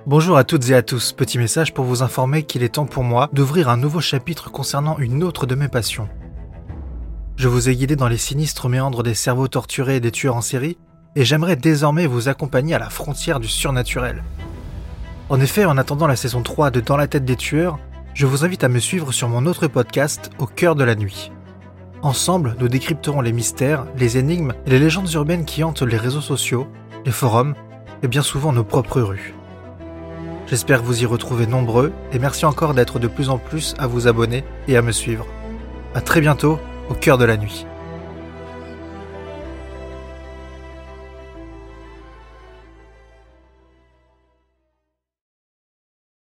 Bonjour à toutes et à tous, petit message pour vous informer qu'il est temps pour moi d'ouvrir un nouveau chapitre concernant une autre de mes passions. Je vous ai guidé dans les sinistres méandres des cerveaux torturés et des tueurs en série, et j'aimerais désormais vous accompagner à la frontière du surnaturel. En effet, en attendant la saison 3 de Dans la tête des tueurs, je vous invite à me suivre sur mon autre podcast, Au cœur de la nuit. Ensemble, nous décrypterons les mystères, les énigmes et les légendes urbaines qui hantent les réseaux sociaux, les forums et bien souvent nos propres rues. J'espère vous y retrouver nombreux et merci encore d'être de plus en plus à vous abonner et à me suivre. À très bientôt, au cœur de la nuit.